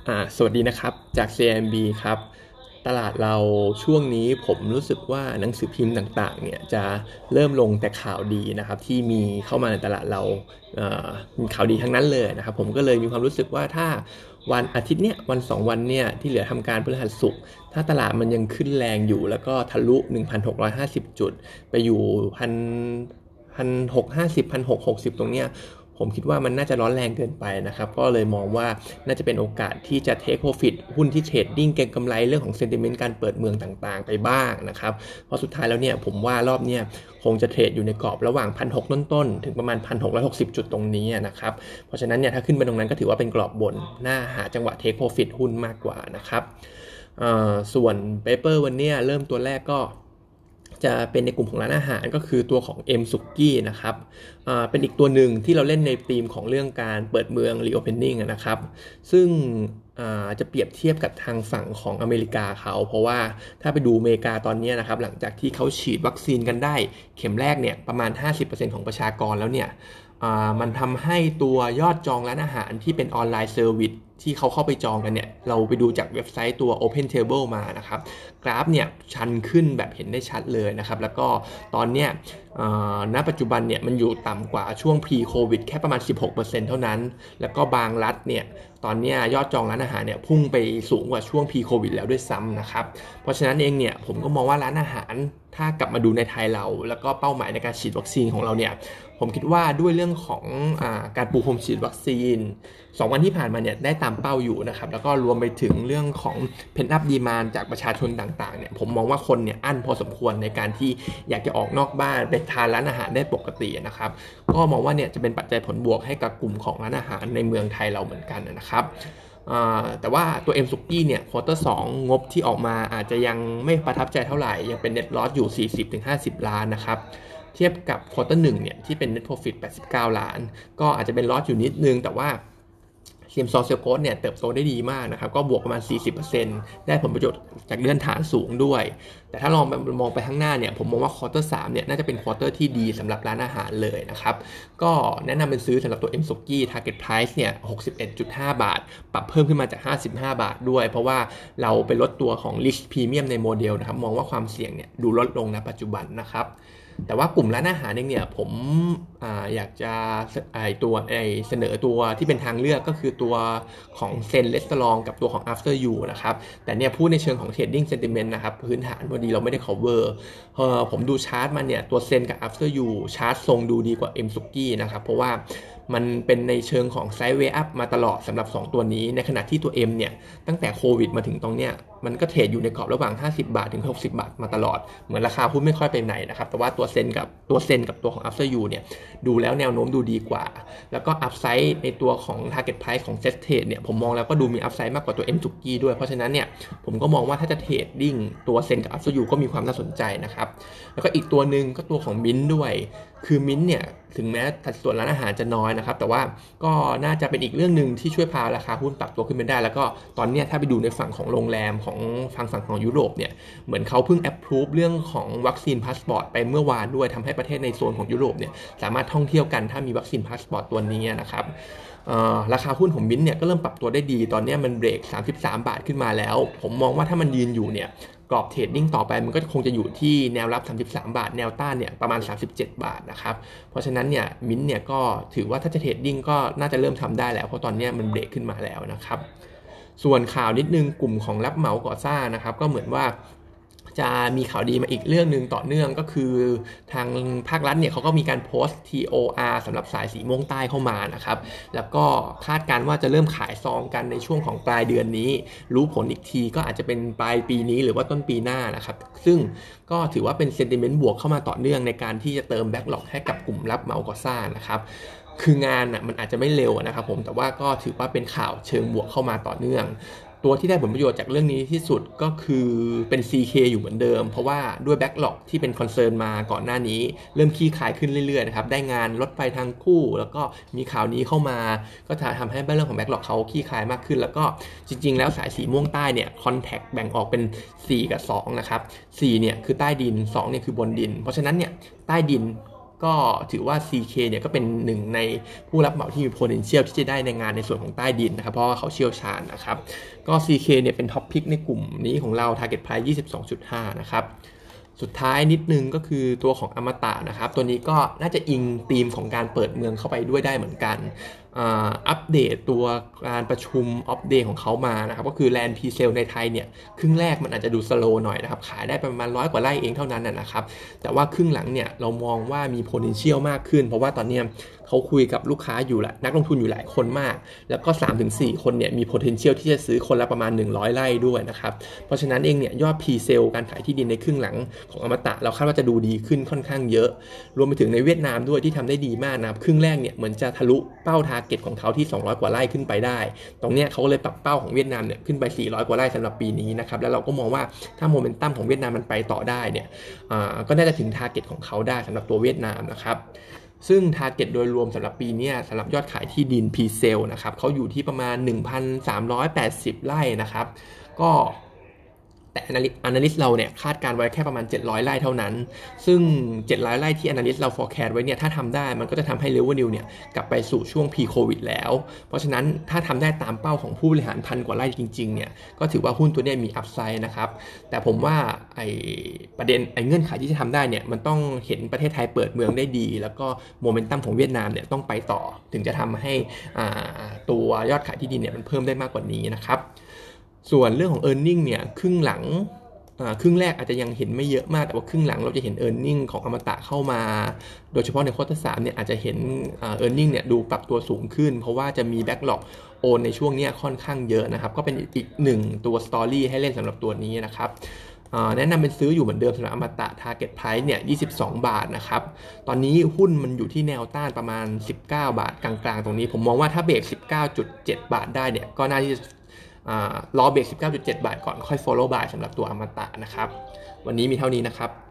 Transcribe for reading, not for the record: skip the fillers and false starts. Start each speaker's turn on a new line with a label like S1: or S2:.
S1: สวัสดีนะครับจาก CMB ครับตลาดเราช่วงนี้ผมรู้สึกว่าหนังสือพิมพ์ต่างๆเนี่ยจะเริ่มลงแต่ข่าวดีนะครับที่มีเข้ามาในตลาดเรามีข่าวดีทั้งนั้นเลยนะครับผมก็เลยมีความรู้สึกว่าถ้าวันอาทิตย์เนี่ยวัน2วันเนี่ยที่เหลือทำการพฤหัสศุกร์ถ้าตลาดมันยังขึ้นแรงอยู่แล้วก็ทะลุ 1,650 จุดไปอยู่1,650 1,660ตรงเนี้ยผมคิดว่ามันน่าจะร้อนแรงเกินไปนะครับก็เลยมองว่าน่าจะเป็นโอกาสที่จะ take profit หุ้นที่เทรดดิ้งเก็งกำไรเรื่องของ sentiment การเปิดเมืองต่างๆไปบ้างนะครับเพราะสุดท้ายแล้วเนี่ยผมว่ารอบเนี้ยคงจะเทรดอยู่ในกรอบระหว่าง 1,600 ต้นๆถึงประมาณ 1,660 จุดตรงนี้นะครับเพราะฉะนั้นเนี่ยถ้าขึ้นไปตรงนั้นก็ถือว่าเป็นกรอบบนน่าหาจังหวะ take profit หุ้นมากกว่านะครับส่วนเปเปอร์วันนี้เริ่มตัวแรกก็จะเป็นในกลุ่มของร้านอาหารก็คือตัวของ M Suki นะครับเป็นอีกตัวหนึ่งที่เราเล่นในธีมของเรื่องการเปิดเมือง reopening นะครับซึ่งจะเปรียบเทียบกับทางฝั่งของอเมริกาเขาเพราะว่าถ้าไปดูอเมริกาตอนนี้นะครับหลังจากที่เขาฉีดวัคซีนกันได้เข็มแรกเนี่ยประมาณ 50% ของประชากรแล้วเนี่ยมันทำให้ตัวยอดจองร้านอาหารที่เป็นออนไลน์เซอร์วิสที่เขาเข้าไปจองกันเนี่ยเราไปดูจากเว็บไซต์ตัว Open Table มานะครับกราฟเนี่ยชันขึ้นแบบเห็นได้ชัดเลยนะครับแล้วก็ตอนเนี้ยณปัจจุบันเนี่ยมันอยู่ต่ำกว่าช่วง pre covid แค่ประมาณ 16% เท่านั้นแล้วก็บางรัฐเนี่ยตอนนี้ยอดจองร้านอาหารเนี่ยพุ่งไปสูงกว่าช่วง pre covid แล้วด้วยซ้ำนะครับเพราะฉะนั้นเองเนี่ยผมก็มองว่าร้านอาหารถ้ากลับมาดูในไทยเราแล้วก็เป้าหมายในการฉีดวัคซีนของเราเนี่ยผมคิดว่าด้วยเรื่องของการปูพรมฉีดวัคซีน2 วันที่ผ่านมาเนี่ยได้ตามเป้าอยู่นะครับแล้วก็รวมไปถึงเรื่องของ pent up demand จากประชาชนต่างๆเนี่ยผมมองว่าคนเนี่ยอั้นพอสมควรในการที่อยากจะออกนอกบ้านไปทานร้านอาหารได้ปกตินะครับก็มองว่าเนี่ยจะเป็นปัจจัยผลบวกให้กับกลุ่มของร้านอาหารในเมืองไทยเราเหมือนกันนะครับแต่ว่าตัว M Suki เนี่ยควอเตอร์2งบที่ออกมาอาจจะยังไม่ประทับใจเท่าไหร่ยังเป็น net loss อยู่ 40-50 ล้านนะครับเทียบกับควอเตอร์1เนี่ยที่เป็น net profit 89 ล้านก็อาจจะเป็น loss อยู่นิดนึงแต่ว่าเซียมซอเซลโกสเนี่ยเติบโตได้ดีมากนะครับก็บวกประมาณ 40% ได้ผลประโยชน์จากเลื่อนฐานสูงด้วยแต่ถ้าลองมองไปข้างหน้าเนี่ยผมมองว่าควอเตอร์3เนี่ยน่าจะเป็นควอเตอร์ที่ดีสำหรับร้านอาหารเลยนะครับก็แนะนำเป็นซื้อสำหรับตัว M Suki Target Price เนี่ย 61.5 บาทปรับเพิ่มขึ้นมาจาก 55 บาทด้วยเพราะว่าเราไปลดตัวของ Risk Premium ในโมเดลนะครับมองว่าความเสี่ยงเนี่ยดูลดลงณปัจจุบันนะครับแต่ว่ากลุ่มร้านอาหารเองเนี่ยผมอยากจะเสนอตัวที่เป็นทางเลือกก็คือตัวของเซนเลสตรองกับตัวของ After You นะครับแต่เนี่ยพูดในเชิงของ Trading Sentiment นะครับพื้นฐานพอดีเราไม่ได้ cover ผมดูชาร์ตมันเนี่ยตัวเซนกับ After You ชาร์ตทรงดูดีกว่า M Suki นะครับเพราะว่ามันเป็นในเชิงของไซด์เวย์อัพมาตลอดสำหรับ2ตัวนี้ในขณะที่ตัว M เนี่ยตั้งแต่โควิดมาถึงตรงเนี้ยมันก็เทรดอยู่ในกรอบระหว่าง50 บาทถึง60 บาทมาตลอดเหมือนราคาหุ้นไม่ค่อยไปไหนนะครับแต่ว่าตัวเซนกับตัวของ After You เนี่ยดูแล้วแนวโน้มดูดีกว่าแล้วก็อัพไซด์ในตัวของ Target Price ของ Set Trade เนี่ยผมมองแล้วก็ดูมีอัพไซด์มากกว่าตัว M Suki ด้วยเพราะฉะนั้นเนี่ยผมก็มองว่าถ้าจะเทรดดิ้งตัวเซนกับ After You ก็มีความน่าสนใจนะครับแล้วก็อีกตัวหนึ่งก็ตัวของ Mint ด้วยคือ Mint เนี่ยถึงแม้สัดส่วนร้านอาหารจะน้อยนะครับแต่ว่าก็น่าจะเป็นอีกเรื่องนึงที่ช่วยพาราคาหุ้นปรับตัวขึ้นไปได้แล้วก็ตอนนี้ถ้าไปดูในฝั่งของโรงแรมของฝั่งของยุโรปเนี่ยเหมือนเขาเพิ่ง approve เรื่องของวัคซีนพาสปอร์ตไปเมื่อวานด้วยทำให้ประเทศในโซนของยุโรปเนี่ยสามารถท่องเที่ยวกันถ้ามีวัคซีนพาสปอร์ตตัวนี้นะครับราคาหุ้นของมิ้นท์เนี่ยก็เริ่มปรับตัวได้ดีตอนนี้มันเบรก33 บาทขึ้นมาแล้วผมมองว่าถ้ามันยืนอยู่เนี่ยกรอบเทรดดิ้งต่อไปมันก็คงจะอยู่ที่แนวรับ33 บาทแนวต้านเนี่ยประมาณ37 บาทนะครับเพราะฉะนั้นเนี่ยมิ้นท์เนี่ยก็ถือว่าถ้าจะเทรดดิ้งก็น่าจะเริ่มทำได้แล้วเพราะตอนนี้มันเบรกขึ้นมาแล้วนะครับส่วนข่าวนิดนึงกลุ่มของรับเหมาก่อสร้างนะครับก็เหมือนว่าจะมีข่าวดีมาอีกเรื่องนึงต่อเนื่องก็คือทางภาครัฐเนี่ยเขาก็มีการโพสต์ TOR สำหรับสายสีม่วงใต้เข้ามานะครับแล้วก็คาดการณ์ว่าจะเริ่มขายซองกันในช่วงของปลายเดือนนี้รู้ผลอีกทีก็อาจจะเป็นปลายปีนี้หรือว่าต้นปีหน้านะครับซึ่งก็ถือว่าเป็นเซนติเมนต์บวกเข้ามาต่อเนื่องในการที่จะเติมแบ็กหลอกให้กับกลุ่มรับเหมาก่อสร้างนะครับคืองานมันอาจจะไม่เร็วนะครับผมแต่ว่าก็ถือว่าเป็นข่าวเชิงบวกเข้ามาต่อเนื่อง ตัวที่ได้ผลประโยชน์จากเรื่องนี้ที่สุดก็คือเป็น CK อยู่เหมือนเดิมเพราะว่าด้วยแบ็กหลอกที่เป็นคอนเซิร์นมาก่อนหน้านี้เริ่มคลี่คลายขึ้นเรื่อยๆนะครับได้งานรถไฟทางคู่แล้วก็มีข่าวนี้เข้ามาก็จะทำให้เรื่องของแบ็กหลอกเขาคลี่คลายมากขึ้นแล้วก็จริงๆแล้วสายสีม่วงใต้เนี่ยคอนแทคแบ่งออกเป็น4กับ2นะครับ4เนี่ยคือใต้ดิน2เนี่ยคือบนดินเพราะฉะนั้นเนี่ยใต้ดินก็ถือว่า CK เนี่ยก็เป็นหนึ่งในผู้รับเหมาที่มี potential ที่จะได้ในงานในส่วนของใต้ดินนะครับเพราะว่าเขาเชี่ยวชาญนะครับก็ CK เนี่ยเป็นท็อปพิกในกลุ่มนี้ของเรา target price 22.5 นะครับสุดท้ายนิดนึงก็คือตัวของอมตะนะครับตัวนี้ก็น่าจะอิงธีมของการเปิดเมืองเข้าไปด้วยได้เหมือนกันอัปเดตตัวการประชุมอัปเดตของเขามานะครับก็คือแลนด์พรีเซลในไทยเนี่ยครึ่งแรกมันอาจจะดูสโลว์หน่อยนะครับขายได้ประมาณ100 กว่าไร่เองเท่านั้นนะครับแต่ว่าครึ่งหลังเนี่ยเรามองว่ามี potential มากขึ้นเพราะว่าตอนนี้เขาคุยกับลูกค้าอยู่แหละนักลงทุนอยู่หลายคนมากแล้วก็ 3-4 คนเนี่ยมี potential ที่จะซื้อคนละประมาณ100 ไร่ด้วยนะครับเพราะฉะนั้นเองเนี่ยยอดพรีเซลการขายที่ดินในครึ่งหลังของอมตะเราคาดว่าจะดูดีขึ้นค่อนข้างเยอะรวมไปถึงในเวียดนามด้วยที่ทำได้ดีมากนะครับครึ่งแรกเนี่ยเหมือนจะทะลุเป้าทาร์เก็ตของเขาที่200 กว่าไร่ขึ้นไปได้ตรงเนี้ยเขาเลยปรับเป้าของเวียดนามเนี่ยขึ้นไป400 กว่าไร่สำหรับปีนี้นะครับแล้วเราก็มองว่าถ้าโมเมนตัมของเวียดนามมันไปต่อได้เนี่ยก็น่าจะถึงทาร์เก็ตของเขาได้สำหรับตัวเวียดนามนะครับซึ่ง target โดยรวมสำหรับปีนี้สำหรับยอดขายที่ดิน Pre-sale นะครับเขาอยู่ที่ประมาณ 1,380 ไร่นะครับก็แต่ analyst เราเนี่ยคาดการไว้แค่ประมาณ700 ไร่เท่านั้นซึ่ง700 ไร่ที่ analyst เรา forecast ไว้เนี่ยถ้าทำได้มันก็จะทำให้ revenue เนี่ยกลับไปสู่ช่วง pre-covid แล้วเพราะฉะนั้นถ้าทำได้ตามเป้าของผู้บริหาร1,000 กว่าไร่จริงๆเนี่ยก็ถือว่าหุ้นตัวนี้มี upside นะครับแต่ผมว่าประเด็นเงื่อนไขที่จะทำได้เนี่ยมันต้องเห็นประเทศไทยเปิดเมืองได้ดีแล้วก็โมเมนตัมของเวียดนามเนี่ยต้องไปต่อถึงจะทำให้ตัวยอดขายที่ดินเนี่ยมันเพิ่มได้มากกว่านี้นะครับส่วนเรื่องของ earning เนี่ยครึ่งหลังครึ่งแรกอาจจะยังเห็นไม่เยอะมากแต่ว่าครึ่งหลังเราจะเห็น earning ของอมตะเข้ามาโดยเฉพาะในควอเตอร์ 3เนี่ยอาจจะเห็นearning เนี่ยดูปรับตัวสูงขึ้นเพราะว่าจะมี backlog โอนในช่วงนี้ค่อนข้างเยอะนะครับก็เป็นอีกหนึ่งตัว story ให้เล่นสำหรับตัวนี้นะครับแนะนำเป็นซื้ออยู่เหมือนเดิมสำหรับอมตะ target price เนี่ย22 บาทนะครับตอนนี้หุ้นมันอยู่ที่แนวต้านประมาณ19 บาทกลางๆตรงนี้ผมมองว่าถ้าเบรก 19.7 บาทได้เนี่ยก็น่าที่จะรอเบรก 19.7 บาทก่อนค่อย follow buy สำหรับตัวอมตะนะครับวันนี้มีเท่านี้นะครับ